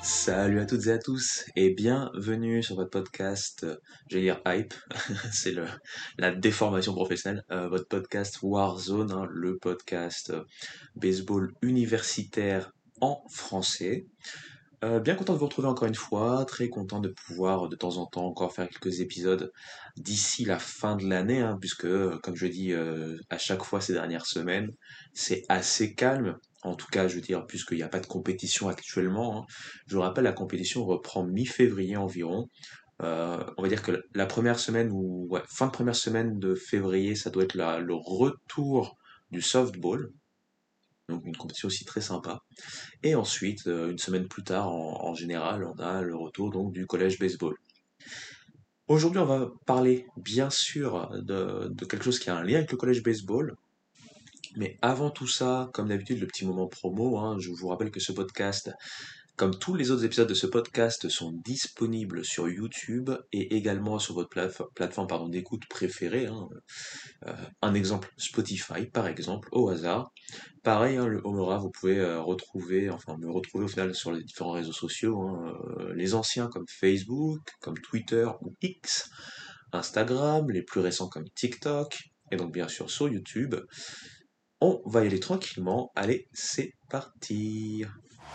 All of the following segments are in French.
Salut à toutes et à tous et bienvenue sur votre podcast, j'allais dire hype, c'est la déformation professionnelle, votre podcast Warzone, hein, le podcast baseball universitaire en français. Bien content de vous retrouver encore une fois, très content de pouvoir de temps en temps encore faire quelques épisodes d'ici la fin de l'année, hein, puisque comme je dis à chaque fois ces dernières semaines, c'est assez calme. En tout cas, je veux dire, puisqu'il n'y a pas de compétition actuellement, hein. Je vous rappelle, la compétition reprend mi-février environ. On va dire que la première semaine ou ouais, fin de première semaine de février, ça doit être le retour du softball, donc une compétition aussi très sympa. Et ensuite, une semaine plus tard, en général, on a le retour donc du collège baseball. Aujourd'hui, on va parler bien sûr de quelque chose qui a un lien avec le collège baseball. Mais avant tout ça, comme d'habitude, le petit moment promo, hein, je vous rappelle que ce podcast, comme tous les autres épisodes de ce podcast, sont disponibles sur YouTube et également sur votre plateforme pardon, d'écoute préférée, hein. Un exemple, Spotify par exemple, au hasard. Pareil, hein, le Homera, vous pouvez retrouver, enfin me retrouver au final sur les différents réseaux sociaux, hein, les anciens comme Facebook, comme Twitter ou X, Instagram, les plus récents comme TikTok, et donc bien sûr sur YouTube. On va y aller tranquillement. Allez, c'est parti.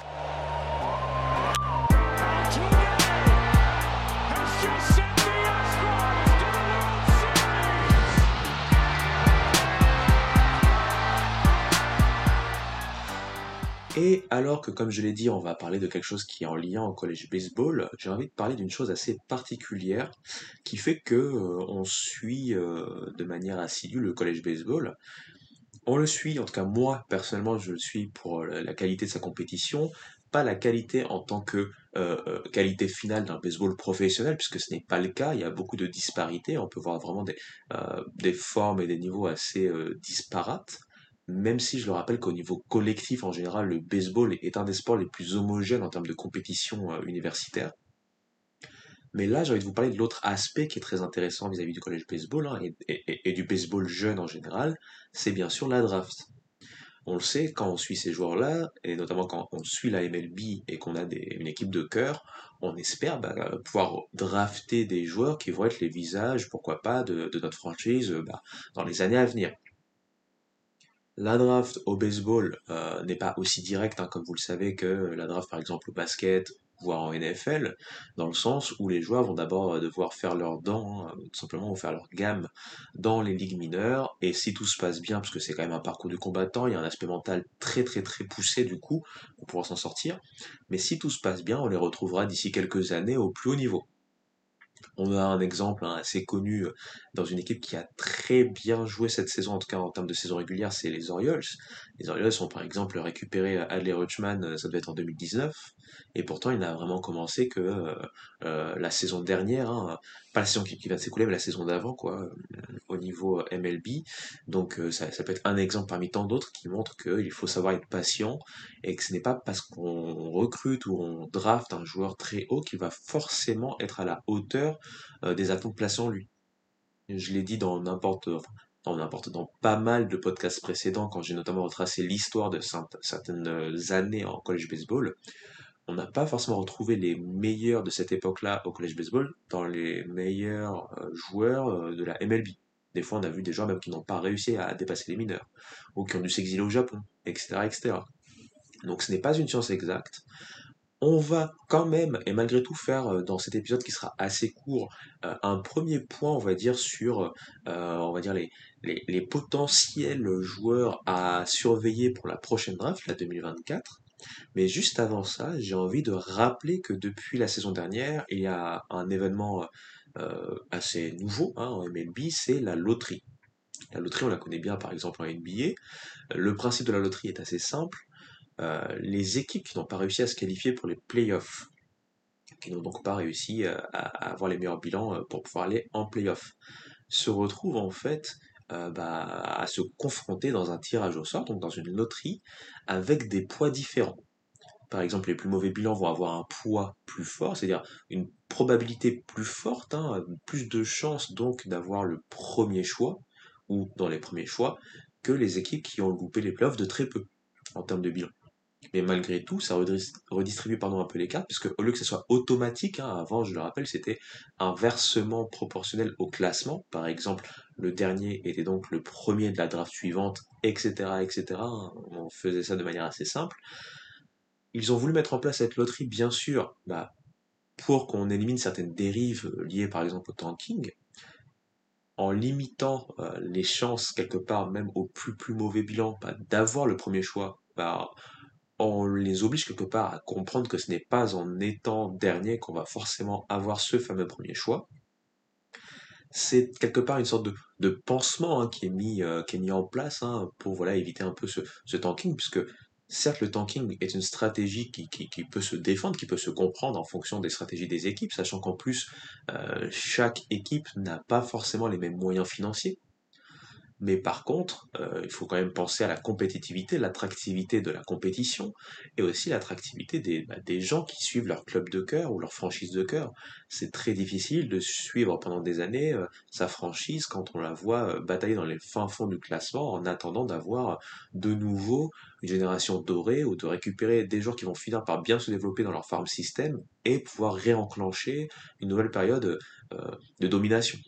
Et alors que, comme je l'ai dit, on va parler de quelque chose qui est en lien au collège baseball, j'ai envie de parler d'une chose assez particulière qui fait que on suit de manière assidue le collège baseball. On le suit, en tout cas moi personnellement je le suis pour la qualité de sa compétition, pas la qualité en tant que qualité finale d'un baseball professionnel, puisque ce n'est pas le cas, il y a beaucoup de disparités, on peut voir vraiment des formes et des niveaux assez disparates, même si je le rappelle qu'au niveau collectif en général, le baseball est un des sports les plus homogènes en termes de compétition universitaire. Mais là, j'ai envie de vous parler de l'autre aspect qui est très intéressant vis-à-vis du college baseball, hein, et du baseball jeune en général, c'est bien sûr la draft. On le sait, quand on suit ces joueurs-là, et notamment quand on suit la MLB et qu'on a une équipe de cœur, on espère pouvoir drafter des joueurs qui vont être les visages, pourquoi pas, de notre franchise dans les années à venir. La draft au baseball n'est pas aussi directe, hein, comme vous le savez, que la draft par exemple au basket, voire en NFL, dans le sens où les joueurs vont d'abord devoir faire leurs dents, hein, tout simplement, ou faire leur gamme dans les ligues mineures, et si tout se passe bien, parce que c'est quand même un parcours du combattant, il y a un aspect mental très très très poussé du coup, pour pouvoir s'en sortir, mais si tout se passe bien, on les retrouvera d'ici quelques années au plus haut niveau. On a un exemple hein, assez connu dans une équipe qui a très bien joué cette saison, en tout cas en termes de saison régulière, c'est les Orioles. Les Orioles ont par exemple récupéré Adley Rutschman, ça devait être en 2019, et pourtant il n'a vraiment commencé que la saison dernière, hein, pas la saison qui va s'écouler, mais la saison d'avant, quoi, au niveau MLB. Donc ça peut être un exemple parmi tant d'autres qui montre qu'il faut savoir être patient et que ce n'est pas parce qu'on recrute ou on draft un joueur très haut qu'il va forcément être à la hauteur des attentes placées en lui. Je l'ai dit dans pas mal de podcasts précédents, quand j'ai notamment retracé l'histoire de certaines années en college baseball, on n'a pas forcément retrouvé les meilleurs de cette époque-là au college baseball dans les meilleurs joueurs de la MLB. Des fois, on a vu des joueurs même qui n'ont pas réussi à dépasser les mineurs, ou qui ont dû s'exiler au Japon, etc., etc. Donc ce n'est pas une science exacte. On va quand même, et malgré tout, faire dans cet épisode qui sera assez court, un premier point, on va dire, sur on va dire les potentiels joueurs à surveiller pour la prochaine draft, la 2024. Mais juste avant ça, j'ai envie de rappeler que depuis la saison dernière, il y a un événement assez nouveau hein, en MLB, c'est la loterie. La loterie, on la connaît bien par exemple en NBA. Le principe de la loterie est assez simple. Les équipes qui n'ont pas réussi à se qualifier pour les playoffs, qui n'ont donc pas réussi à avoir les meilleurs bilans pour pouvoir aller en playoffs, se retrouvent en fait à se confronter dans un tirage au sort, donc dans une loterie, avec des poids différents. Par exemple, les plus mauvais bilans vont avoir un poids plus fort, c'est-à-dire une probabilité plus forte, hein, plus de chances donc d'avoir le premier choix, ou dans les premiers choix, que les équipes qui ont loupé les playoffs de très peu en termes de bilan. Mais malgré tout, ça redistribue pardon, un peu les cartes, puisque au lieu que ce soit automatique, hein, avant, je le rappelle, c'était un versement proportionnel au classement. Par exemple, le dernier était donc le premier de la draft suivante, etc., etc., hein. On faisait ça de manière assez simple. Ils ont voulu mettre en place cette loterie, bien sûr, bah, pour qu'on élimine certaines dérives liées par exemple au tanking, en limitant les chances quelque part même au plus mauvais bilan bah, d'avoir le premier choix, bah, on les oblige quelque part à comprendre que ce n'est pas en étant dernier qu'on va forcément avoir ce fameux premier choix. C'est quelque part une sorte de pansement hein, qui est mis en place hein, pour voilà, éviter un peu ce tanking, puisque certes le tanking est une stratégie qui peut se défendre, qui peut se comprendre en fonction des stratégies des équipes, sachant qu'en plus chaque équipe n'a pas forcément les mêmes moyens financiers. Mais par contre, il faut quand même penser à la compétitivité, l'attractivité de la compétition et aussi l'attractivité des gens qui suivent leur club de cœur ou leur franchise de cœur. C'est très difficile de suivre pendant des années sa franchise quand on la voit batailler dans les fins fonds du classement en attendant d'avoir de nouveau une génération dorée ou de récupérer des joueurs qui vont finir par bien se développer dans leur farm system et pouvoir réenclencher une nouvelle période de domination.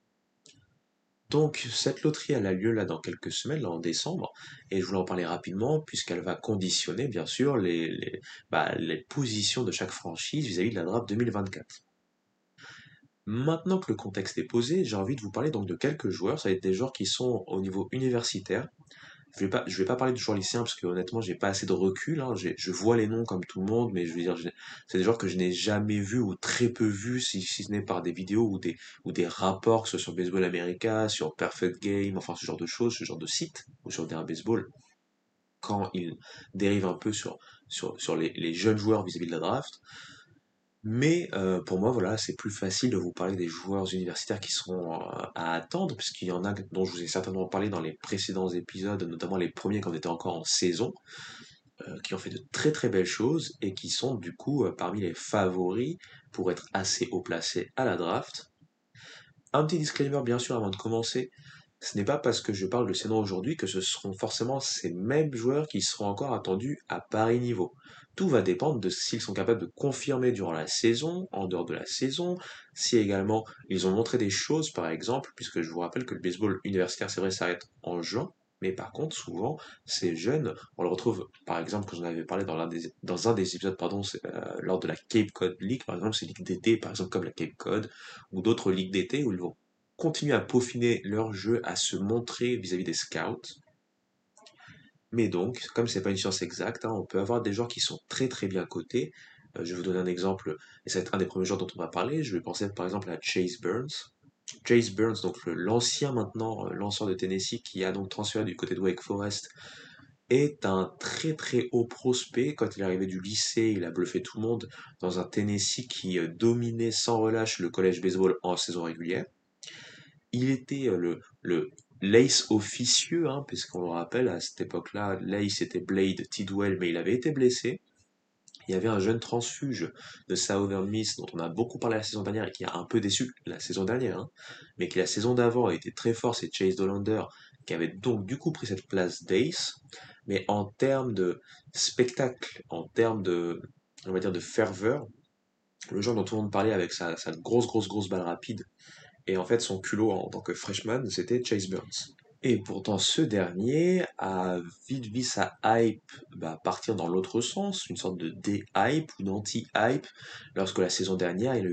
Donc, cette loterie, elle a lieu là dans quelques semaines, là en décembre, et je voulais en parler rapidement puisqu'elle va conditionner bien sûr les positions de chaque franchise vis-à-vis de la draft 2024. Maintenant que le contexte est posé, j'ai envie de vous parler donc de quelques joueurs. Ça va être des joueurs qui sont au niveau universitaire. Je vais pas parler de joueurs lycéens parce que honnêtement, j'ai pas assez de recul, hein. Je vois les noms comme tout le monde, mais je veux dire, c'est des joueurs que je n'ai jamais vus ou très peu vus, si ce n'est par des vidéos ou des rapports, que ce soit sur Baseball America, sur Perfect Game, enfin ce genre de choses, ce genre de sites, ou sur des baseball, quand ils dérivent un peu sur les jeunes joueurs vis-à-vis de la draft. Mais pour moi, voilà, c'est plus facile de vous parler des joueurs universitaires qui sont à attendre, puisqu'il y en a dont je vous ai certainement parlé dans les précédents épisodes, notamment les premiers quand on était encore en saison, qui ont fait de très très belles choses et qui sont du coup parmi les favoris pour être assez haut placés à la draft. Un petit disclaimer bien sûr avant de commencer, ce n'est pas parce que je parle de ces noms aujourd'hui que ce seront forcément ces mêmes joueurs qui seront encore attendus à pareil niveau. Tout va dépendre de s'ils sont capables de confirmer durant la saison, en dehors de la saison, si également ils ont montré des choses par exemple, puisque je vous rappelle que le baseball universitaire c'est vrai s'arrête en juin, mais par contre souvent ces jeunes, on le retrouve par exemple que j'en avais parlé dans un des épisodes pardon, lors de la Cape Cod League par exemple, ces ligues d'été par exemple comme la Cape Cod, ou d'autres ligues d'été où ils vont continuer à peaufiner leur jeu, à se montrer vis-à-vis des scouts. Mais donc, comme c'est pas une science exacte, hein, on peut avoir des joueurs qui sont très très bien cotés. Je vais vous donner un exemple, et ça va être un des premiers joueurs dont on va parler. Je vais penser par exemple à Chase Burns. Chase Burns, donc l'ancien maintenant lanceur de Tennessee qui a donc transféré du côté de Wake Forest, est un très très haut prospect. Quand il est arrivé du lycée, il a bluffé tout le monde dans un Tennessee qui dominait sans relâche le college baseball en saison régulière. Il était l'Ace officieux, hein, puisqu'on le rappelle, à cette époque-là, l'Ace était Blade Tidwell, mais il avait été blessé. Il y avait un jeune transfuge de Southern Miss dont on a beaucoup parlé la saison dernière et qui a un peu déçu la saison dernière, hein, mais qui la saison d'avant a été très fort, c'est Chase Dollander, qui avait donc du coup pris cette place d'Ace. Mais en termes de spectacle, en termes de, on va dire, de ferveur, le genre dont tout le monde parlait avec sa grosse balle rapide, et en fait, son culot en tant que freshman, c'était Chase Burns. Et pourtant, ce dernier a vite vu sa hype bah, partir dans l'autre sens, une sorte de dé-hype ou d'anti-hype, lorsque la saison dernière, il a eu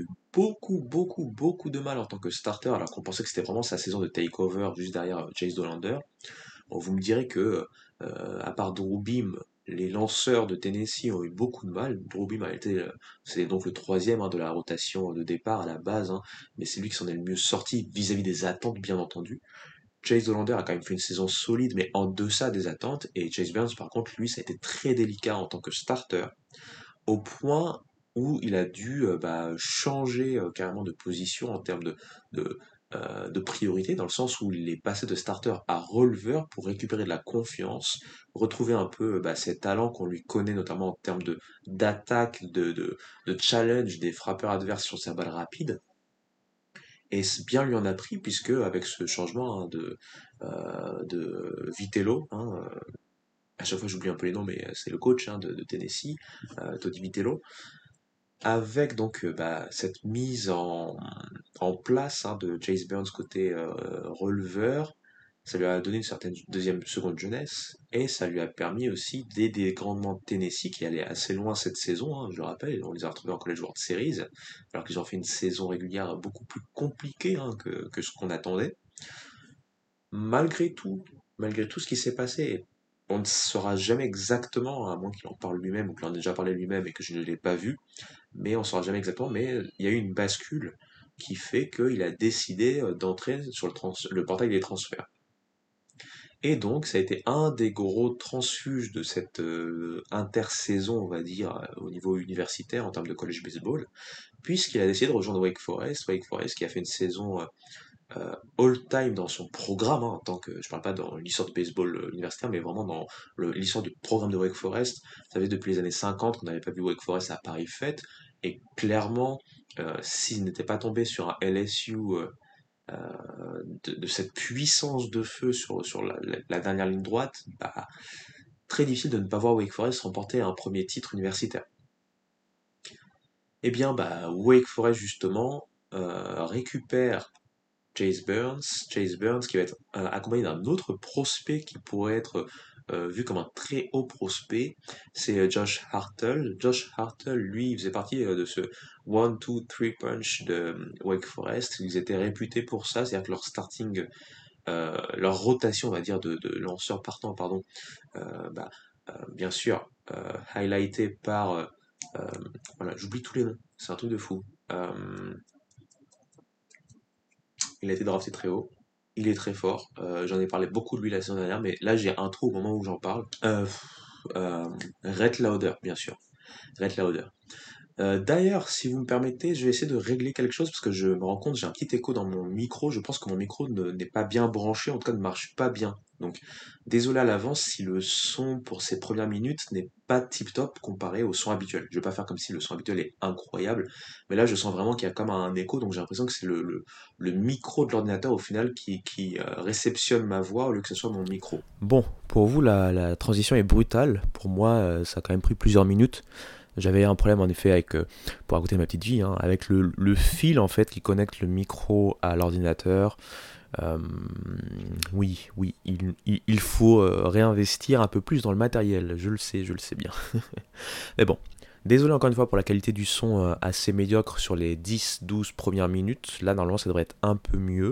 beaucoup de mal en tant que starter, alors qu'on pensait que c'était vraiment sa saison de takeover juste derrière Chase Dollander. Bon, vous me direz que, à part Drew Beam, les lanceurs de Tennessee ont eu beaucoup de mal. Drew Beam a été, c'est donc le troisième hein, de la rotation de départ à la base, hein, mais c'est lui qui s'en est le mieux sorti vis-à-vis des attentes, bien entendu. Chase Hollander a quand même fait une saison solide, mais en deçà des attentes. Et Chase Burns, par contre, lui, ça a été très délicat en tant que starter, au point où il a dû bah, changer carrément de position en termes de, de priorité, dans le sens où il est passé de starter à releveur pour récupérer de la confiance, retrouver un peu bah, ses talents qu'on lui connaît, notamment en termes d'attaque, de challenge des frappeurs adverses sur sa balle rapide. Et bien lui en a pris, puisque avec ce changement hein, de Vitello, hein, à chaque fois j'oublie un peu les noms, mais c'est le coach hein, de Tennessee, Tony Vitello, avec donc cette mise en place hein, de Chase Burns côté releveur, ça lui a donné une certaine deuxième seconde jeunesse et ça lui a permis aussi d'aider grandement Tennessee qui allait assez loin cette saison, hein, je le rappelle, on les a retrouvés en College World Series, alors qu'ils ont fait une saison régulière beaucoup plus compliquée hein, que ce qu'on attendait. Malgré tout, malgré tout ce qui s'est passé, on ne saura jamais exactement, à moins qu'il en parle lui-même ou qu'il en ait déjà parlé lui-même et que je ne l'ai pas vu, mais on ne saura jamais exactement, mais il y a eu une bascule qui fait qu'il a décidé d'entrer sur le portail des transferts. Et donc, ça a été un des gros transfuges de cette intersaison, on va dire, au niveau universitaire en termes de college baseball, puisqu'il a décidé de rejoindre Wake Forest qui a fait une saison all-time dans son programme, hein, en tant que, je parle pas dans l'histoire de baseball universitaire, mais vraiment dans l'histoire du programme de Wake Forest. Vous savez, depuis les années 50 qu'on n'avait pas vu Wake Forest à Paris Fête, et clairement, s'il n'était pas tombé sur un LSU de cette puissance de feu sur la dernière ligne droite, bah, très difficile de ne pas voir Wake Forest remporter un premier titre universitaire. Eh bien, bah, Wake Forest, justement, récupère Chase Burns qui va être accompagné d'un autre prospect qui pourrait être vu comme un très haut prospect, c'est Josh Hartle. Josh Hartle, lui, il faisait partie de ce 1-2-3 punch de Wake Forest. Ils étaient réputés pour ça, c'est-à-dire que leur starting, leur rotation, on va dire, de lanceurs partants, pardon, bah, bien sûr, highlighté par, euh, voilà, j'oublie tous les noms, c'est un truc de fou. Il a été drafté très haut. Il est très fort. J'en ai parlé beaucoup de lui la saison dernière, mais là j'ai un trou au moment où j'en parle. Rhett Lauder, bien sûr. Rhett Lauder. D'ailleurs, si vous me permettez, je vais essayer de régler quelque chose parce que je me rends compte, j'ai un petit écho dans mon micro. Je pense que mon micro n'est pas bien branché, en tout cas ne marche pas bien. Donc, désolé à l'avance si le son pour ces premières minutes n'est pas tip-top comparé au son habituel. Je vais pas faire comme si le son habituel est incroyable, mais là je sens vraiment qu'il y a comme un écho, donc j'ai l'impression que c'est le micro de l'ordinateur au final qui réceptionne ma voix au lieu que ce soit mon micro. Bon, pour vous, la transition est brutale. Pour moi, ça a quand même pris plusieurs minutes. J'avais un problème en effet avec, pour raconter ma petite vie, hein, avec le fil en fait qui connecte le micro à l'ordinateur. Euh, oui, il faut réinvestir un peu plus dans le matériel. Je le sais bien. Mais bon, désolé encore une fois pour la qualité du son assez médiocre sur les 10-12 premières minutes. Là, normalement, ça devrait être un peu mieux.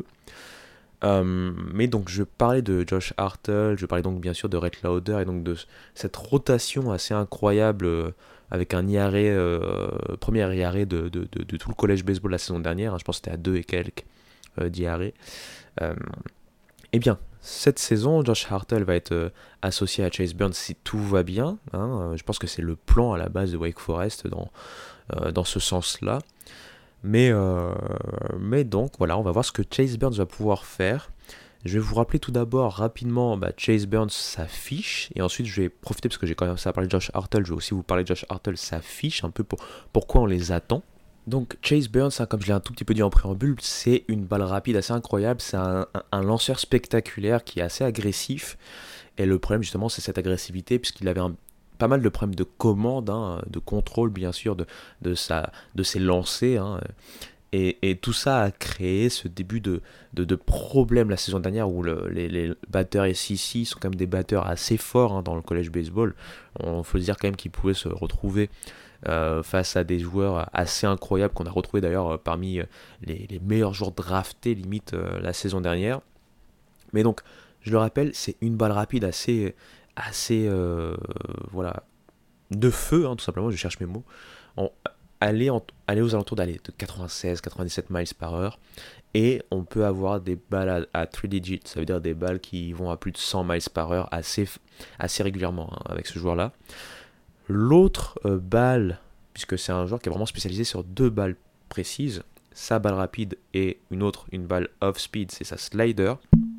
Mais donc je parlais de Josh Hartle, je parlais donc bien sûr de Rhett Lauder et donc de cette rotation assez incroyable avec un IRA, premier IRA de tout le collège baseball la saison dernière, hein, je pense que c'était à 2 et quelques d'IRA. Euh, eh bien, cette saison, Josh Hartle va être associé à Chase Burns si tout va bien, hein, je pense que c'est le plan à la base de Wake Forest dans ce sens-là. Mais, euh, mais donc, voilà, on va voir ce que Chase Burns va pouvoir faire. Je vais vous rappeler tout d'abord rapidement Chase Burns, sa fiche. Et ensuite, je vais profiter, parce que j'ai commencé à parler de Josh Hartle, je vais aussi vous parler de Josh Hartle, sa fiche, un peu pourquoi on les attend. Donc Chase Burns, hein, comme je l'ai un tout petit peu dit en préambule, c'est une balle rapide assez incroyable. C'est un lanceur spectaculaire qui est assez agressif. Et le problème justement, c'est cette agressivité, puisqu'il avait pas mal de problèmes de commande, hein, de contrôle bien sûr de ses lancers. Hein, et tout ça a créé ce début de problème la saison dernière où les batteurs SEC sont quand même des batteurs assez forts hein, dans le college baseball. On faut dire quand même qu'ils pouvaient se retrouver face à des joueurs assez incroyables qu'on a retrouvés d'ailleurs parmi les meilleurs joueurs draftés limite la saison dernière. Mais donc, je le rappelle, c'est une balle rapide assez voilà, de feu, hein, tout simplement, je cherche mes mots. On, aller aux alentours de 96-97 miles par heure. Et on peut avoir des balles à 3 digits, ça veut dire des balles qui vont à plus de 100 miles par heure assez régulièrement hein, avec ce joueur-là. L'autre balle, puisque c'est un joueur qui est vraiment spécialisé sur deux balles précises, sa balle rapide et une balle off-speed, c'est sa slider.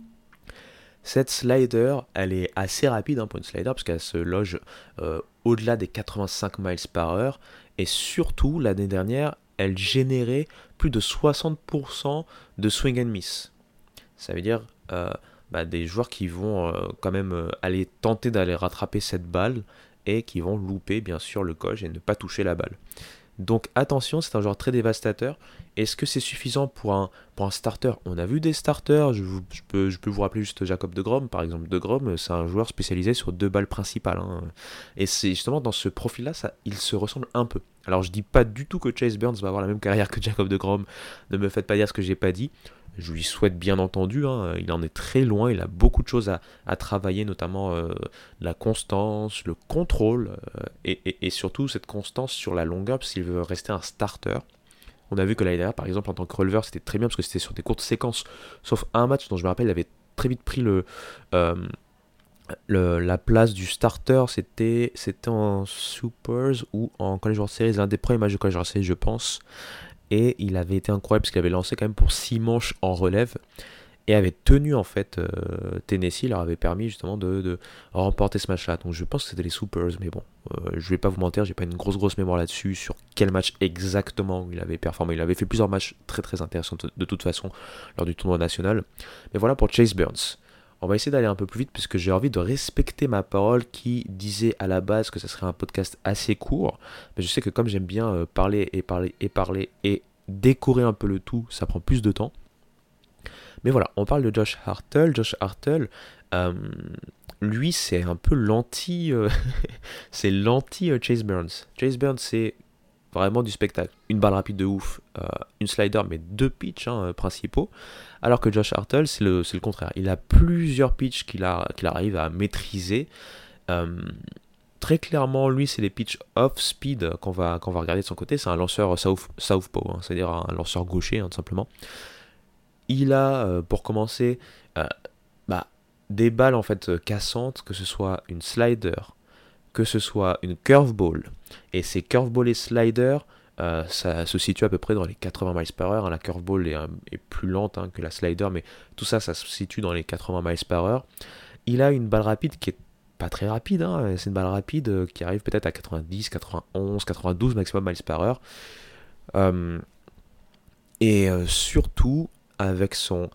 Cette slider, elle est assez rapide hein, pour une slider, parce qu'elle se loge au-delà des 85 miles par heure. Et surtout, l'année dernière, elle générait plus de 60% de swing and miss. Ça veut dire des joueurs qui vont quand même aller tenter d'aller rattraper cette balle et qui vont louper bien sûr le coche et ne pas toucher la balle. Donc attention, c'est un joueur très dévastateur. Est-ce que c'est suffisant pour un starter? On a vu des starters, je peux vous rappeler juste Jacob de Grom, par exemple. De Grom, c'est un joueur spécialisé sur 2 balles principales, hein. Et c'est justement dans ce profil-là, il se ressemble un peu. Alors je dis pas du tout que Chase Burns va avoir la même carrière que Jacob de Grom, ne me faites pas dire ce que j'ai pas dit. Je lui souhaite bien entendu, hein, il en est très loin, il a beaucoup de choses à travailler, notamment la constance, le contrôle, et surtout cette constance sur la longueur, s'il veut rester un starter. On a vu que l'année dernière, par exemple, en tant que releveur, c'était très bien parce que c'était sur des courtes séquences, sauf un match dont je me rappelle, il avait très vite pris euh, la place du starter, c'était en Supers ou en College World Series, l'un des premiers matchs de College World Series, je pense. Et il avait été incroyable parce qu'il avait lancé quand même pour 6 manches en relève et avait tenu en fait Tennessee, leur avait permis justement de remporter ce match-là. Donc je pense que c'était les Supers, mais bon, je vais pas vous mentir, j'ai pas une grosse mémoire là-dessus sur quel match exactement où il avait performé. Il avait fait plusieurs matchs très très intéressants de toute façon lors du tournoi national. Mais voilà pour Chase Burns. On va essayer d'aller un peu plus vite puisque j'ai envie de respecter ma parole qui disait à la base que ce serait un podcast assez court. Mais je sais que comme j'aime bien parler et décorer un peu le tout, ça prend plus de temps. Mais voilà, on parle de Josh Hartle. Josh Hartle, euh, lui, c'est un peu c'est l'anti Chase Burns. Chase Burns, c'est vraiment du spectacle. Une balle rapide de ouf, une slider, mais 2 pitchs principaux. Alors que Josh Hartle, c'est le contraire. Il a plusieurs pitchs qu'il arrive à maîtriser. Euh, Très clairement, lui, c'est les pitchs off-speed qu'on va regarder de son côté. C'est un lanceur southpaw, hein, c'est-à-dire un lanceur gaucher, hein, tout simplement. Il a, pour commencer, euh, bah, des balles en fait cassantes, que ce soit une slider, que ce soit une curveball. Et ces curveballs et sliders, ça se situe à peu près dans les 80 miles par heure. La curveball est plus lente hein, que la slider, mais tout ça, ça se situe dans les 80 miles par heure. Il a une balle rapide qui est pas très rapide, hein, c'est une balle rapide qui arrive peut-être à 90, 91, 92 maximum miles par heure. Euh, Surtout, avec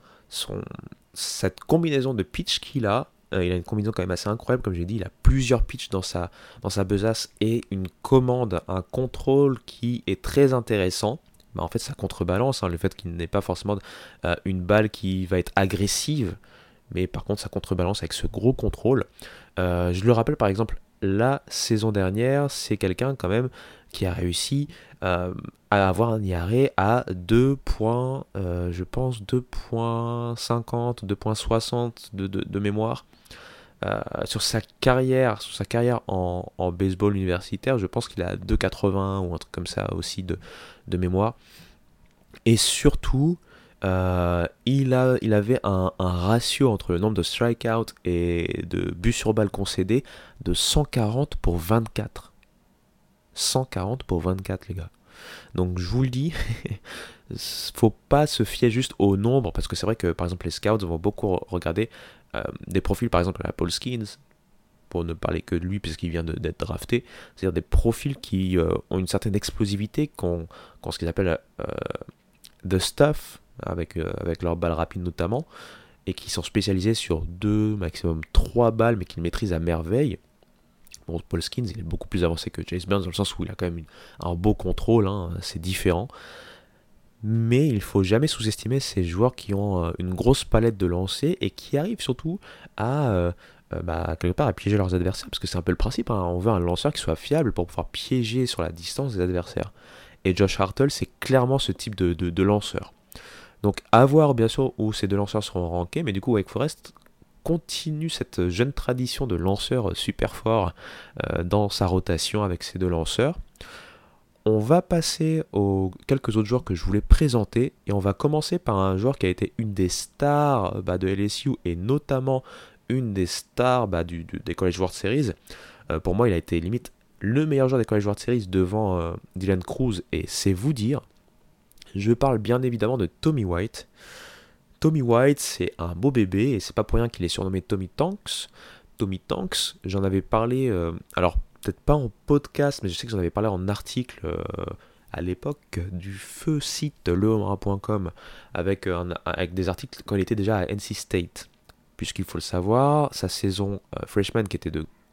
cette combinaison de pitch qu'il a, il a une combinaison quand même assez incroyable, comme j'ai dit, il a plusieurs pitchs dans sa besace et une commande, un contrôle qui est très intéressant. En fait, ça contrebalance hein, le fait qu'il n'ait pas forcément une balle qui va être agressive, mais par contre, ça contrebalance avec ce gros contrôle. Je le rappelle par exemple, la saison dernière, c'est quelqu'un quand même qui a réussi à avoir un IRA à 2 points, je pense 2.50, 2.60 de mémoire. Sur sa carrière en baseball universitaire, je pense qu'il a 2,80 ou un truc comme ça aussi de mémoire. Et surtout, il avait un ratio entre le nombre de strikeouts et de buts sur balle concédés de 140 pour 24. 140 pour 24, les gars. Donc je vous le dis, faut pas se fier juste au nombre, parce que c'est vrai que par exemple les scouts vont beaucoup regarder des profils, par exemple à Paul Skeens, pour ne parler que de lui puisqu'il vient d'être drafté, c'est-à-dire des profils qui ont une certaine explosivité, qui ont ce qu'ils appellent the stuff, avec leur balle rapide notamment, et qui sont spécialisés sur 2, maximum 3 balles, mais qu'ils maîtrisent à merveille. Bon, Paul Skeens, il est beaucoup plus avancé que Chase Burns, dans le sens où il a quand même un beau contrôle, hein, c'est différent. Mais il ne faut jamais sous-estimer ces joueurs qui ont une grosse palette de lancers et qui arrivent surtout à quelque part à piéger leurs adversaires, parce que c'est un peu le principe, hein, on veut un lanceur qui soit fiable pour pouvoir piéger sur la distance des adversaires. Et Josh Hartle, c'est clairement ce type de lanceur. Donc à voir bien sûr où ces 2 lanceurs seront rankés, mais du coup Wake Forest continue cette jeune tradition de lanceurs super forts dans sa rotation avec ces 2 lanceurs. On va passer aux quelques autres joueurs que je voulais présenter, et on va commencer par un joueur qui a été une des stars de LSU et notamment une des stars des College World Series. Pour moi, il a été limite le meilleur joueur des College World Series devant Dylan Cruz, et c'est vous dire. Je parle bien évidemment de Tommy White. Tommy White, c'est un beau bébé, et c'est pas pour rien qu'il est surnommé Tommy Tanks. Tommy Tanks, j'en avais parlé, alors peut-être pas en podcast, mais je sais que j'en avais parlé en article à l'époque du feu site lehomara.com avec des articles quand il était déjà à NC State. puisqu'il faut le savoir, sa saison freshman qui était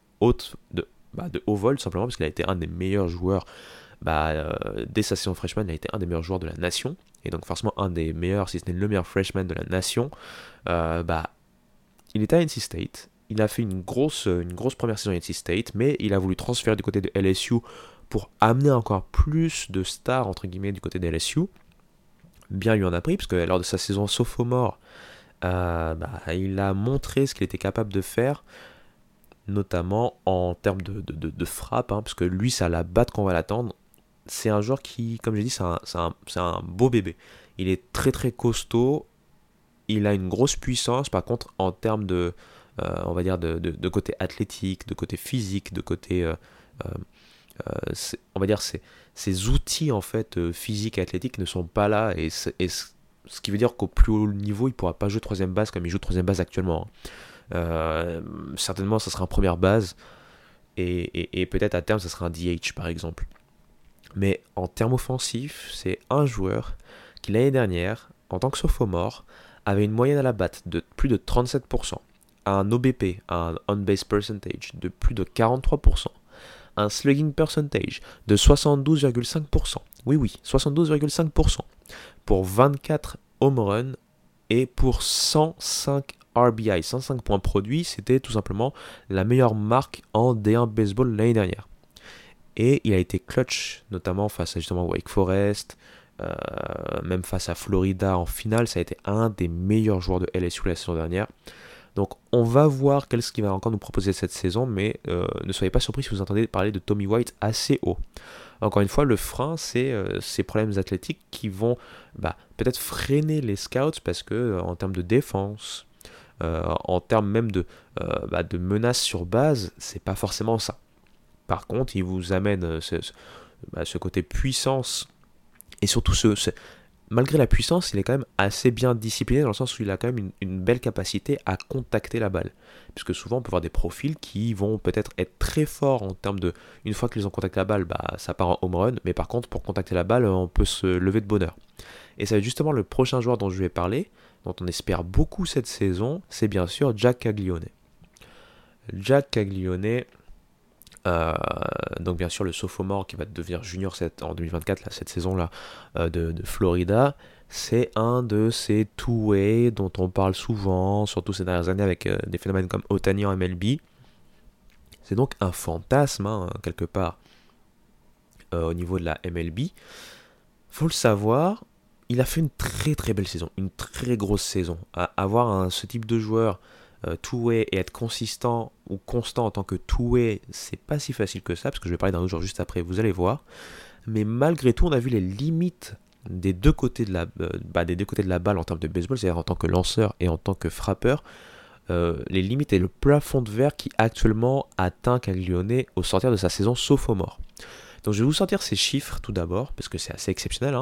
de haut vol, simplement parce qu'il a été un des meilleurs joueurs, dès sa saison freshman, il a été un des meilleurs joueurs de la nation, et donc forcément un des meilleurs, si ce n'est le meilleur freshman de la nation. Il était à NC State, il a fait une grosse première saison à NC State, mais il a voulu transférer du côté de LSU pour amener encore plus de stars, entre guillemets, du côté de LSU. Bien lui en a pris, parce que lors de sa saison sophomore, il a montré ce qu'il était capable de faire, notamment en termes de frappe, parce que lui, c'est à la batte qu'on va l'attendre. C'est un joueur qui, comme j'ai dit, c'est un beau bébé. Il est très très costaud, il a une grosse puissance, par contre, en termes on va dire, de côté athlétique, de côté physique, de côté... on va dire, ces outils, en fait, physiques et athlétiques ne sont pas là, ce qui veut dire qu'au plus haut niveau, il ne pourra pas jouer troisième base comme il joue troisième base actuellement. Certainement, ça sera en première base, et peut-être à terme, ça sera un DH, par exemple. Mais en termes offensifs, c'est un joueur qui, l'année dernière, en tant que sophomore, avait une moyenne à la batte de plus de 37%, un OBP, un on-base percentage, de plus de 43%, un slugging percentage de 72,5%. Oui, 72,5%. Pour 24 home runs et pour 105 RBI, 105 points produits, c'était tout simplement la meilleure marque en D1 baseball l'année dernière. Et il a été clutch, notamment face à justement Wake Forest, même face à Florida en finale. Ça a été un des meilleurs joueurs de LSU la saison dernière. Donc on va voir ce qu'il va encore nous proposer cette saison, mais ne soyez pas surpris si vous entendez parler de Tommy White assez haut. Encore une fois, le frein, c'est ces problèmes athlétiques qui vont peut-être freiner les scouts, parce que en termes de défense, en termes même de menaces sur base, c'est pas forcément ça. Par contre, il vous amène ce côté puissance, et surtout malgré la puissance, il est quand même assez bien discipliné, dans le sens où il a quand même une belle capacité à contacter la balle. Puisque souvent, on peut voir des profils qui vont peut-être être très forts en termes de... Une fois qu'ils ont contacté la balle, ça part en home run. Mais par contre, pour contacter la balle, on peut se lever de bonheur. Et ça va être justement le prochain joueur dont je vais parler, dont on espère beaucoup cette saison, c'est bien sûr Jack Caglione. Jack Caglione... donc bien sûr le sophomore qui va devenir junior en 2024, cette saison-là, de Florida, c'est un de ces two-way dont on parle souvent, surtout ces dernières années avec des phénomènes comme Ohtani en MLB. C'est donc un fantasme, quelque part, au niveau de la MLB. Faut le savoir, il a fait une très très belle saison, une très grosse saison. Avoir ce type de joueur two-way et être consistant ou constant en tant que two-way, c'est pas si facile que ça, parce que je vais parler d'un autre joueur juste après, vous allez voir. Mais malgré tout, on a vu les limites des deux côtés de la balle en termes de baseball, c'est-à-dire en tant que lanceur et en tant que frappeur. Les limites et le plafond de verre qui actuellement atteint Caglione au sortir de sa saison sophomore. Donc je vais vous sortir ces chiffres tout d'abord, parce que c'est assez exceptionnel.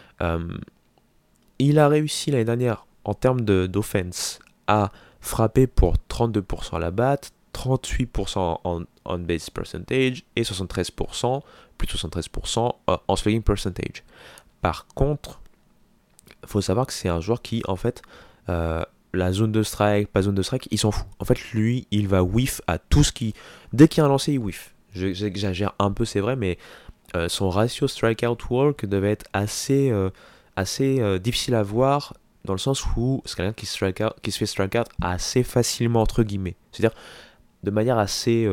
Il a réussi l'année dernière, en termes d'offense, à frapper pour 32% à la batte, 38% en on-base percentage et 73%, plus de 73% en slugging percentage. Par contre, il faut savoir que c'est un joueur qui, en fait, la zone de strike, pas zone de strike, il s'en fout. En fait, lui, il va whiff à tout ce qui... Dès qu'il y a un lancé, il whiff. J'exagère un peu, c'est vrai, mais son ratio strikeout-walk devait être assez difficile à voir, dans le sens où c'est quelqu'un qui se fait strikeout assez facilement, entre guillemets. C'est-à-dire de manière assez...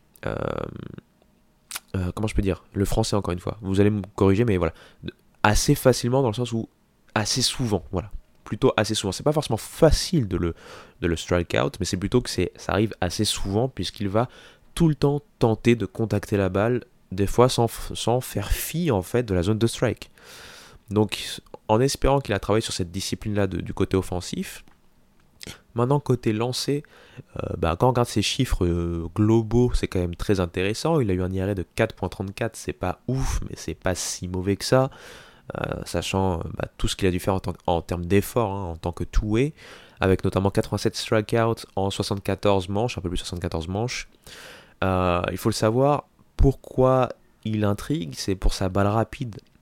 comment je peux dire ? Le français, encore une fois. Vous allez me corriger, mais voilà. Assez facilement, dans le sens où... Assez souvent, voilà. Plutôt assez souvent. C'est pas forcément facile de le strikeout, mais c'est plutôt que ça arrive assez souvent, puisqu'il va tout le temps tenter de contacter la balle, des fois sans faire fi, en fait, de la zone de strike. Donc, en espérant qu'il a travaillé sur cette discipline-là du côté offensif. Maintenant, côté lancé, quand on regarde ses chiffres globaux, c'est quand même très intéressant. Il a eu un IRA de 4.34, c'est pas ouf, mais c'est pas si mauvais que ça, sachant tout ce qu'il a dû faire en termes d'effort, en tant que two-way, avec notamment 87 strikeouts en 74 manches, un peu plus de 74 manches. Il faut le savoir, pourquoi il intrigue, c'est pour sa balle rapide,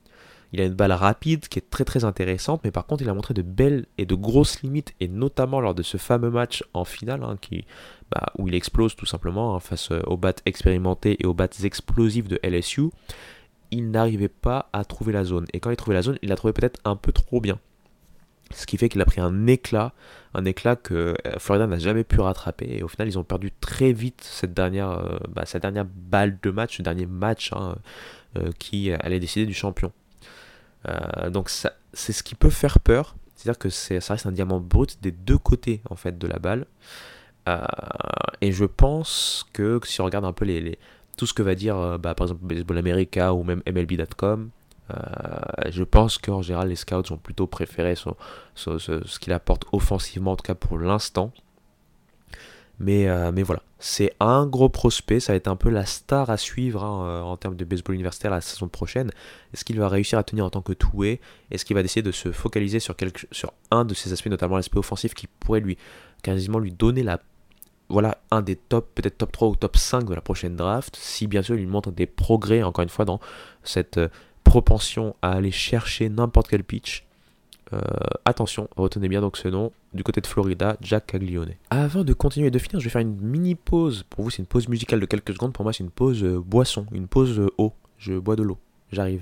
Il a une balle rapide qui est très très intéressante, mais par contre il a montré de belles et de grosses limites, et notamment lors de ce fameux match en finale, où il explose tout simplement face aux bats expérimentés et aux bats explosifs de LSU. Il n'arrivait pas à trouver la zone, et quand il trouvait la zone, il la trouvait peut-être un peu trop bien. Ce qui fait qu'il a pris un éclat que Florida n'a jamais pu rattraper. Et au final, ils ont perdu très vite cette dernière balle de match, ce dernier match qui allait décider du champion. Donc c'est ce qui peut faire peur. C'est-à-dire que ça reste un diamant brut des deux côtés en fait de la balle. Et je pense que si on regarde un peu tout ce que va dire par exemple Baseball America ou même MLB.com, je pense qu'en général les scouts ont plutôt préféré ce qu'il apporte offensivement, en tout cas pour l'instant. Mais voilà, c'est un gros prospect, ça va être un peu la star à suivre en termes de baseball universitaire la saison prochaine. Est-ce qu'il va réussir à tenir en tant que two-way? Est-ce qu'il va décider de se focaliser sur un de ses aspects, notamment l'aspect offensif, qui pourrait quasiment lui donner un des peut-être top 3 ou top 5 de la prochaine draft, si bien sûr il montre des progrès, encore une fois, dans cette propension à aller chercher n'importe quel pitch. Attention, retenez bien donc ce nom, du côté de Florida, Jack Caglione. Avant de continuer et de finir, je vais faire une mini pause. Pour vous, c'est une pause musicale de quelques secondes. Pour moi, c'est une pause boisson, une pause eau. Je bois de l'eau. J'arrive.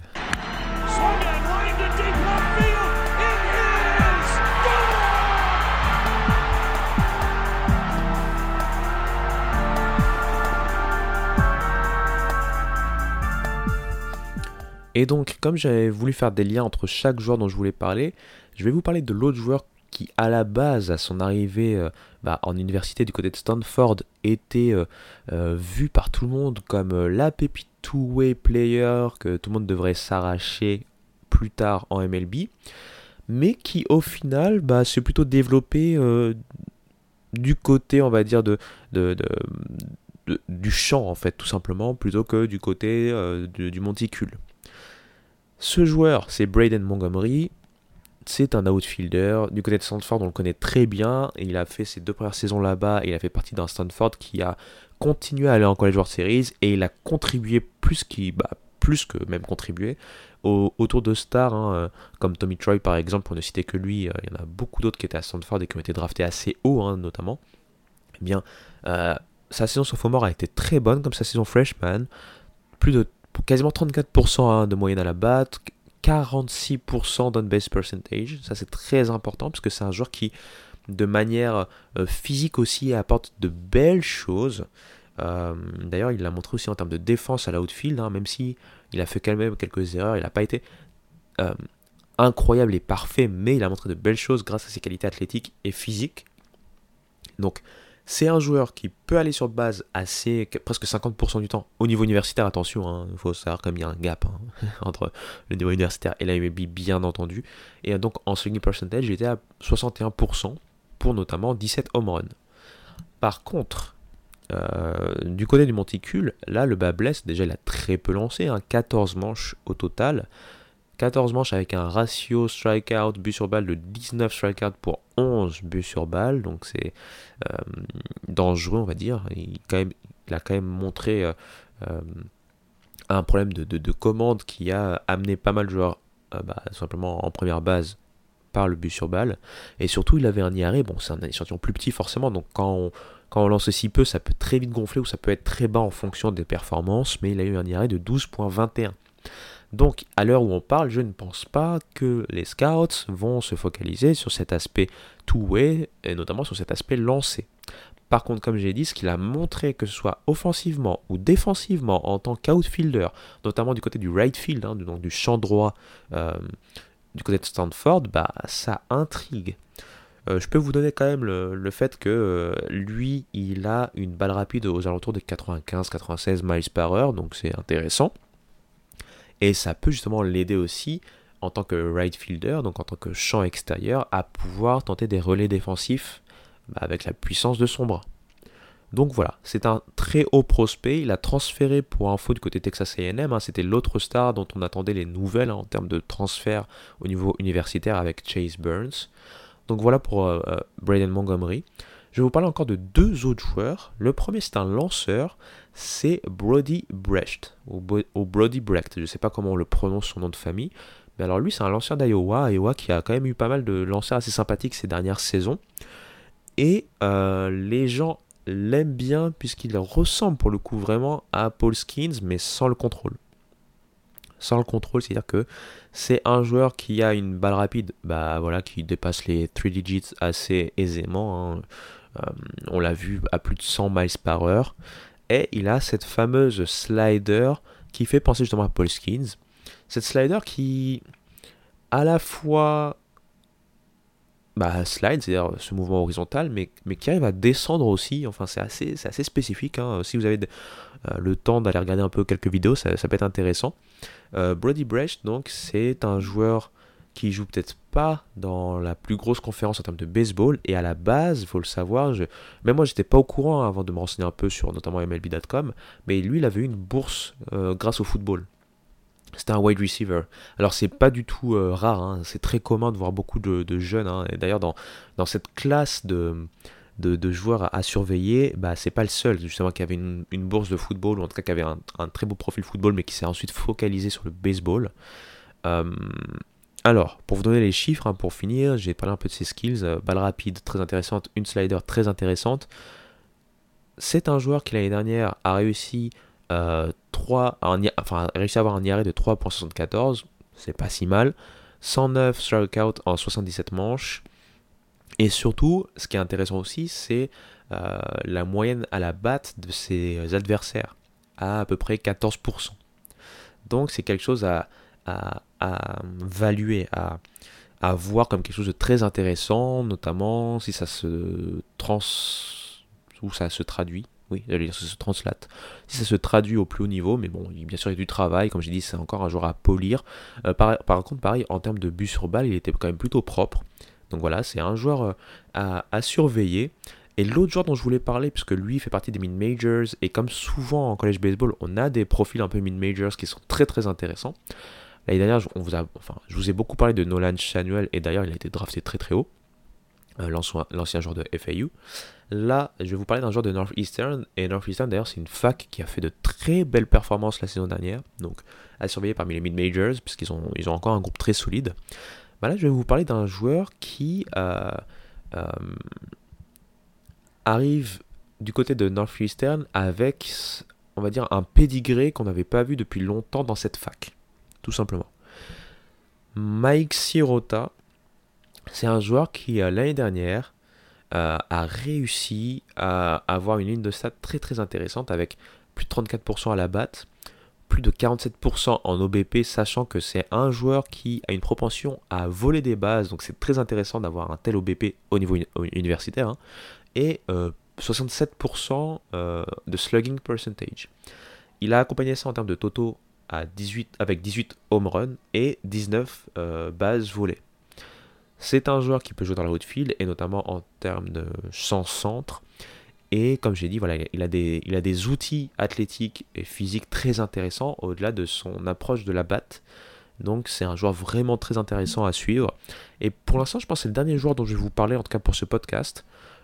Et donc, comme j'avais voulu faire des liens entre chaque joueur dont je voulais parler, je vais vous parler de l'autre joueur qui, à la base, à son arrivée en université du côté de Stanford, était vu par tout le monde comme la pépite two-way player que tout le monde devrait s'arracher plus tard en MLB, mais qui, au final, s'est plutôt développé du côté, on va dire, du champ, en fait, tout simplement, plutôt que du côté du monticule. Ce joueur, c'est Braden Montgomery, c'est un outfielder. Du côté de Stanford, on le connaît très bien. Et il a fait ses 2 premières saisons là-bas et il a fait partie d'un Stanford qui a continué à aller en College World Series et il a contribué plus que même contribué autour de stars comme Tommy Troy par exemple, pour ne citer que lui. Il y en a beaucoup d'autres qui étaient à Stanford et qui ont été draftés assez haut notamment. Eh bien, sa saison sophomore a été très bonne comme sa saison freshman. Quasiment 34% de moyenne à la batte, 46% d'on-base percentage. Ça, c'est très important parce que c'est un joueur qui, de manière physique aussi, apporte de belles choses. D'ailleurs, il l'a montré aussi en termes de défense à l'outfield, même si il a fait quand même quelques erreurs. Il n'a pas été incroyable et parfait, mais il a montré de belles choses grâce à ses qualités athlétiques et physiques. Donc, c'est un joueur qui peut aller sur base presque 50% du temps au niveau universitaire. Attention, il faut savoir qu'il y a un gap entre le niveau universitaire et la MLB, bien entendu. Et donc en slugging percentage, il était à 61% pour notamment 17 home runs. Par contre, du côté du monticule, là le bas blesse. Déjà, il a très peu lancé, 14 manches au total. 14 manches avec un ratio strikeout but sur balle de 19 strikeouts pour 11 buts sur balle, donc c'est dangereux on va dire. Il a quand même montré un problème de commande qui a amené pas mal de joueurs simplement en première base par le but sur balle, et surtout il avait un IRA, c'est un échantillon plus petit forcément, donc quand on lance si peu, ça peut très vite gonfler ou ça peut être très bas en fonction des performances, mais il a eu un IRA de 12.21. Donc, à l'heure où on parle, je ne pense pas que les scouts vont se focaliser sur cet aspect two-way, et notamment sur cet aspect lancé. Par contre, comme j'ai dit, ce qu'il a montré, que ce soit offensivement ou défensivement en tant qu'outfielder, notamment du côté du right field, donc du champ droit du côté de Stanford, ça intrigue. Je peux vous donner quand même le fait que lui, il a une balle rapide aux alentours de 95-96 miles par heure, donc c'est intéressant. Et ça peut justement l'aider aussi en tant que right fielder, donc en tant que champ extérieur, à pouvoir tenter des relais défensifs avec la puissance de son bras. Donc voilà, c'est un très haut prospect. Il a transféré pour info du côté Texas A&M. C'était l'autre star dont on attendait les nouvelles en termes de transfert au niveau universitaire avec Chase Burns. Donc voilà pour Braden Montgomery. Je vais vous parler encore de 2 autres joueurs. Le premier, c'est un lanceur, c'est Brody Brecht, ou Brody Brecht, je ne sais pas comment on le prononce son nom de famille, Mais alors lui, c'est un lanceur d'Iowa, Iowa qui a quand même eu pas mal de lanceurs assez sympathiques ces dernières saisons. Et les gens l'aiment bien puisqu'il ressemble pour le coup vraiment à Paul Skeens, mais sans le contrôle. Sans le contrôle, c'est-à-dire que c'est un joueur qui a une balle rapide, qui dépasse les 3 digits assez aisément. Hein. On l'a vu à plus de 100 miles par heure. Et il a cette fameuse slider qui fait penser justement à Paul Skeens. Cette slider qui, à la fois, slide, c'est-à-dire ce mouvement horizontal, mais qui arrive à descendre aussi. Enfin, c'est assez spécifique. Hein. Si vous avez le temps d'aller regarder un peu quelques vidéos, ça peut être intéressant. Brody Brecht, donc, c'est un joueur qui joue peut-être pas dans la plus grosse conférence en termes de baseball, et à la base, il faut le savoir, même moi j'étais pas au courant avant de me renseigner un peu sur notamment MLB.com, mais lui il avait eu une bourse grâce au football. C'était un wide receiver. Alors c'est pas du tout rare, hein. C'est très commun de voir beaucoup de jeunes, hein. Et d'ailleurs dans cette classe de joueurs à surveiller, c'est pas le seul justement qui avait une bourse de football, ou en tout cas qui avait un très beau profil football, mais qui s'est ensuite focalisé sur le baseball. Alors, pour vous donner les chiffres, hein, pour finir, j'ai parlé un peu de ses skills. Balle rapide, très intéressante. Une slider, très intéressante. C'est un joueur qui, l'année dernière, a réussi, réussi à avoir un IRA de 3.74. C'est pas si mal. 109 strikeouts en 77 manches. Et surtout, ce qui est intéressant aussi, c'est la moyenne à la batte de ses adversaires. À peu près 14%. Donc, c'est quelque chose à valuer, à voir comme quelque chose de très intéressant, notamment si ça se traduit. Oui, j'allais dire ça se translate. Si ça se traduit au plus haut niveau, mais bon, bien sûr, il y a du travail. Comme j'ai dit, c'est encore un joueur à polir. Par contre, pareil, en termes de but sur balle, il était quand même plutôt propre. Donc voilà, c'est un joueur à surveiller. Et l'autre joueur dont je voulais parler, puisque lui fait partie des mid-majors, et comme souvent en college baseball, on a des profils un peu mid-majors qui sont très très intéressants. L'année dernière, je vous ai beaucoup parlé de Nolan Schanuel, et d'ailleurs il a été drafté très très haut, l'ancien joueur de FAU. Là, je vais vous parler d'un joueur de Northeastern, et Northeastern d'ailleurs c'est une fac qui a fait de très belles performances la saison dernière, donc à surveiller parmi les mid-majors, puisqu'ils ont encore un groupe très solide. Là, je vais vous parler d'un joueur qui arrive du côté de Northeastern avec, on va dire, un pédigré qu'on n'avait pas vu depuis longtemps dans cette fac. Tout simplement. Mike Sirota, c'est un joueur qui, l'année dernière, a réussi à avoir une ligne de stats très très intéressante avec plus de 34% à la batte, plus de 47% en OBP, sachant que c'est un joueur qui a une propension à voler des bases, donc c'est très intéressant d'avoir un tel OBP au niveau universitaire, hein, et 67% de slugging percentage. Il a accompagné ça en termes de totaux avec 18 home runs et 19 bases volées. C'est un joueur qui peut jouer dans la outfield et notamment en termes de centre. Et comme j'ai dit, voilà, il a des outils athlétiques et physiques très intéressants au-delà de son approche de la batte. Donc c'est un joueur vraiment très intéressant à suivre. Et pour l'instant, je pense que c'est le dernier joueur dont je vais vous parler, en tout cas pour ce podcast.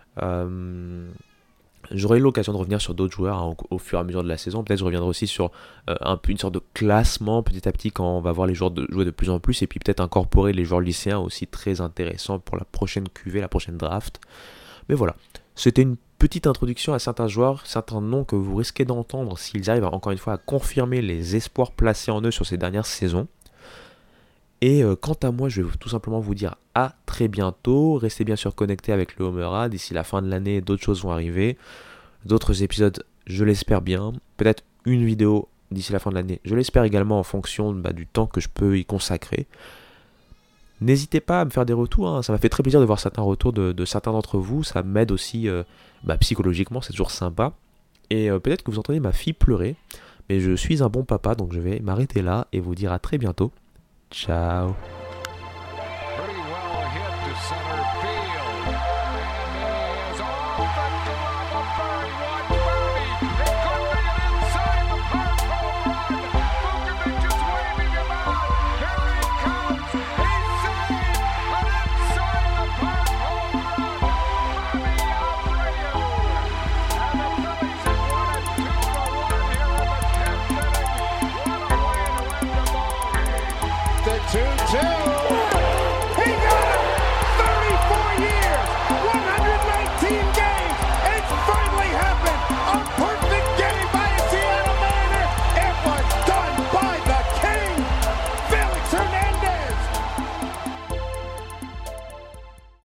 J'aurai l'occasion de revenir sur d'autres joueurs, hein, au fur et à mesure de la saison. Peut-être je reviendrai aussi sur une sorte de classement petit à petit quand on va voir les joueurs jouer de plus en plus. Et puis peut-être incorporer les joueurs lycéens aussi très intéressants pour la prochaine QV, la prochaine draft. Mais voilà, c'était une petite introduction à certains joueurs, certains noms que vous risquez d'entendre s'ils arrivent encore une fois à confirmer les espoirs placés en eux sur ces dernières saisons. Et quant à moi, je vais tout simplement vous dire à très bientôt. Restez bien sûr connectés avec le Homera. D'ici la fin de l'année, d'autres choses vont arriver. D'autres épisodes, je l'espère bien. Peut-être une vidéo d'ici la fin de l'année. Je l'espère également en fonction du temps que je peux y consacrer. N'hésitez pas à me faire des retours. Hein. Ça m'a fait très plaisir de voir certains retours de certains d'entre vous. Ça m'aide aussi psychologiquement. C'est toujours sympa. Et peut-être que vous entendez ma fille pleurer. Mais je suis un bon papa. Donc je vais m'arrêter là et vous dire à très bientôt. Ciao. Two two.